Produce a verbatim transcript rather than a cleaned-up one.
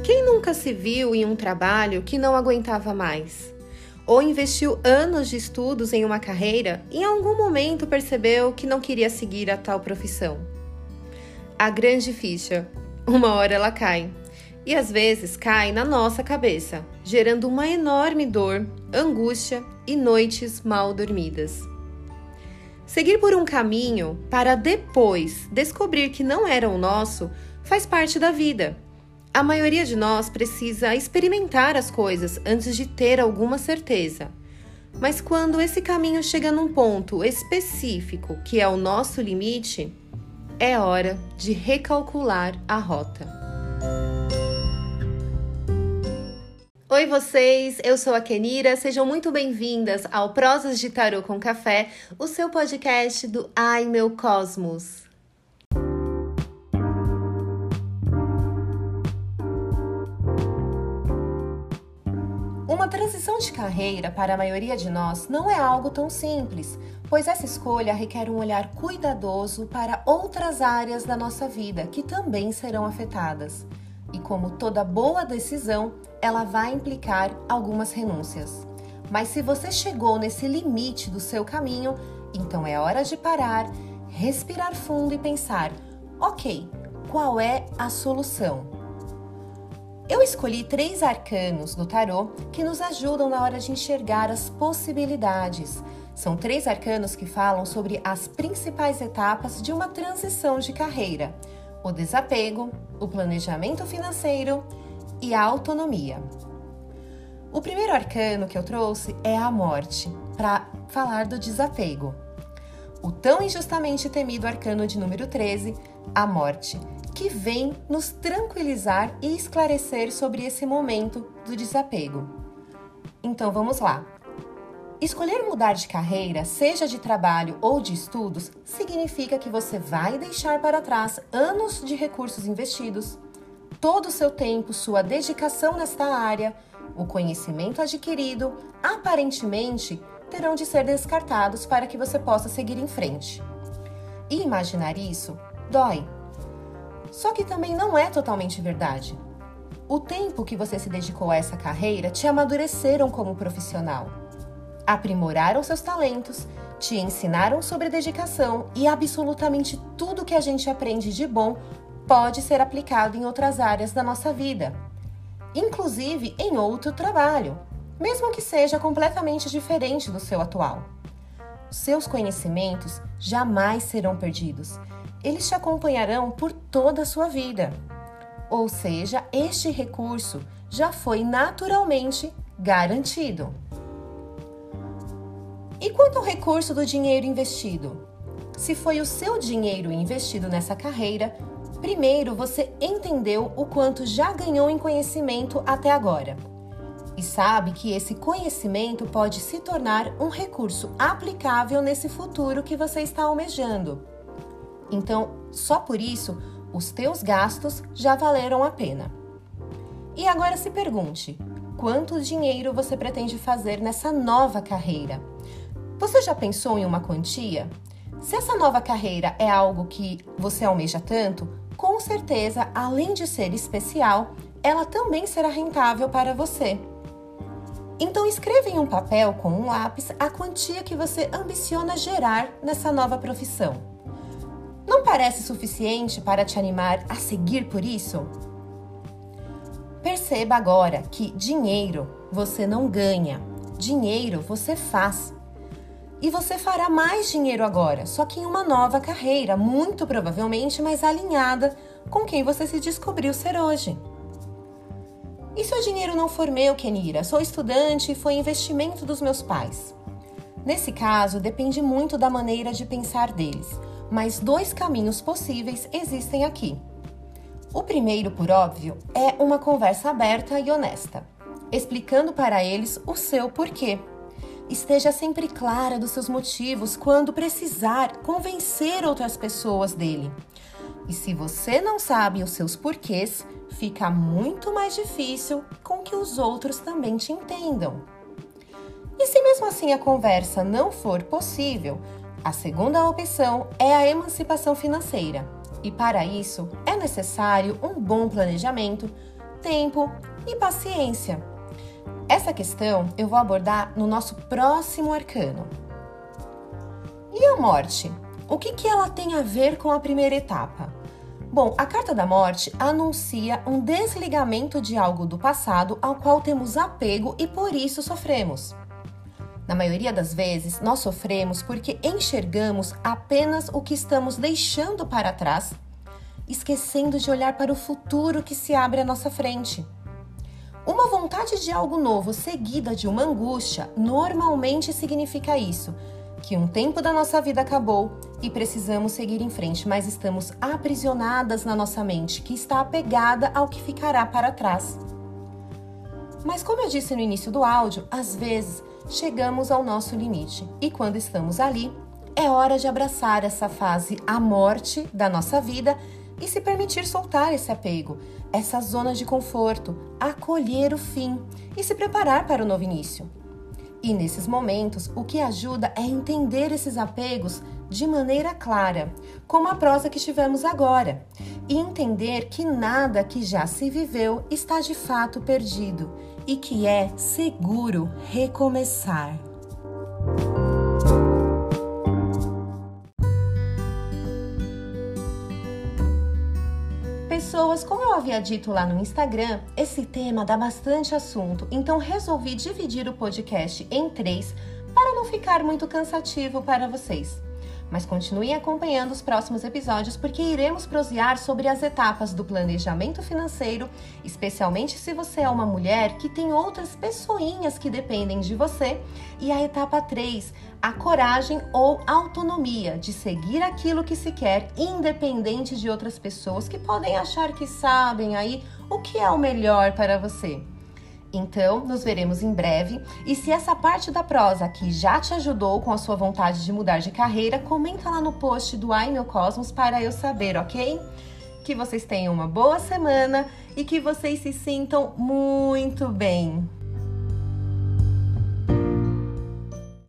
Quem nunca se viu em um trabalho que não aguentava mais? Ou investiu anos de estudos em uma carreira e em algum momento percebeu que não queria seguir a tal profissão? A grande ficha, uma hora ela cai. E às vezes cai na nossa cabeça, gerando uma enorme dor, angústia e noites mal dormidas. Seguir por um caminho para depois descobrir que não era o nosso faz parte da vida. A maioria de nós precisa experimentar as coisas antes de ter alguma certeza. Mas quando esse caminho chega num ponto específico, que é o nosso limite, é hora de recalcular a rota. Oi vocês, eu sou a Kenira, sejam muito bem-vindas ao Prosas de Tarô com Café, o seu podcast do Ai Meu Cosmos. Uma transição de carreira para a maioria de nós não é algo tão simples, pois essa escolha requer um olhar cuidadoso para outras áreas da nossa vida que também serão afetadas. E como toda boa decisão, ela vai implicar algumas renúncias. Mas se você chegou nesse limite do seu caminho, então é hora de parar, respirar fundo e pensar: ok, qual é a solução? Eu escolhi três arcanos do tarô que nos ajudam na hora de enxergar as possibilidades. São três arcanos que falam sobre as principais etapas de uma transição de carreira: o desapego, o planejamento financeiro e a autonomia. O primeiro arcano que eu trouxe é a morte, para falar do desapego. O tão injustamente temido arcano de número treze, a morte, que vem nos tranquilizar e esclarecer sobre esse momento do desapego. Então vamos lá. Escolher mudar de carreira, seja de trabalho ou de estudos, significa que você vai deixar para trás anos de recursos investidos, todo o seu tempo, sua dedicação nesta área, o conhecimento adquirido, aparentemente, terão de ser descartados para que você possa seguir em frente. E imaginar isso dói. Só que também não é totalmente verdade. O tempo que você se dedicou a essa carreira te amadureceram como profissional. Aprimoraram seus talentos, te ensinaram sobre dedicação e absolutamente tudo que a gente aprende de bom pode ser aplicado em outras áreas da nossa vida, inclusive em outro trabalho, mesmo que seja completamente diferente do seu atual. Seus conhecimentos jamais serão perdidos, eles te acompanharão por toda a sua vida. Ou seja, este recurso já foi naturalmente garantido. E quanto ao recurso do dinheiro investido? Se foi o seu dinheiro investido nessa carreira, primeiro você entendeu o quanto já ganhou em conhecimento até agora. E sabe que esse conhecimento pode se tornar um recurso aplicável nesse futuro que você está almejando. Então, só por isso, os teus gastos já valeram a pena. E agora se pergunte, quanto dinheiro você pretende fazer nessa nova carreira? Você já pensou em uma quantia? Se essa nova carreira é algo que você almeja tanto, com certeza, além de ser especial, ela também será rentável para você. Então escreva em um papel com um lápis a quantia que você ambiciona gerar nessa nova profissão. Não parece suficiente para te animar a seguir por isso? Perceba agora que dinheiro você não ganha, dinheiro você faz. E você fará mais dinheiro agora, só que em uma nova carreira, muito provavelmente mais alinhada com quem você se descobriu ser hoje. E se o dinheiro não for meu, Kenira? Sou estudante e foi investimento dos meus pais. Nesse caso, depende muito da maneira de pensar deles, mas dois caminhos possíveis existem aqui. O primeiro, por óbvio, é uma conversa aberta e honesta, explicando para eles o seu porquê. Esteja sempre clara dos seus motivos quando precisar convencer outras pessoas dele. E se você não sabe os seus porquês, fica muito mais difícil com que os outros também te entendam. E se mesmo assim a conversa não for possível, a segunda opção é a emancipação financeira. E para isso é necessário um bom planejamento, tempo e paciência. Essa questão eu vou abordar no nosso próximo arcano. E a morte? O que que ela tem a ver com a primeira etapa? Bom, a carta da morte anuncia um desligamento de algo do passado ao qual temos apego e por isso sofremos. Na maioria das vezes, nós sofremos porque enxergamos apenas o que estamos deixando para trás, esquecendo de olhar para o futuro que se abre à nossa frente. Uma vontade de algo novo seguida de uma angústia normalmente significa isso, que um tempo da nossa vida acabou e precisamos seguir em frente, mas estamos aprisionadas na nossa mente, que está apegada ao que ficará para trás. Mas como eu disse no início do áudio, às vezes chegamos ao nosso limite e quando estamos ali, é hora de abraçar essa fase, a morte da nossa vida e se permitir soltar esse apego, essa zona de conforto, acolher o fim e se preparar para o novo início. E nesses momentos, o que ajuda é entender esses apegos de maneira clara, como a prosa que tivemos agora, e entender que nada que já se viveu está de fato perdido e que é seguro recomeçar. Pessoas, como eu havia dito lá no Instagram, esse tema dá bastante assunto, então resolvi dividir o podcast em três para não ficar muito cansativo para vocês. Mas continuem acompanhando os próximos episódios porque iremos prosear sobre as etapas do planejamento financeiro, especialmente se você é uma mulher que tem outras pessoinhas que dependem de você, e a etapa três, a coragem ou autonomia de seguir aquilo que se quer, independente de outras pessoas que podem achar que sabem aí o que é o melhor para você. Então, nos veremos em breve, e se essa parte da prosa aqui já te ajudou com a sua vontade de mudar de carreira, comenta lá no post do Ai Meu Cosmos para eu saber, ok? Que vocês tenham uma boa semana e que vocês se sintam muito bem!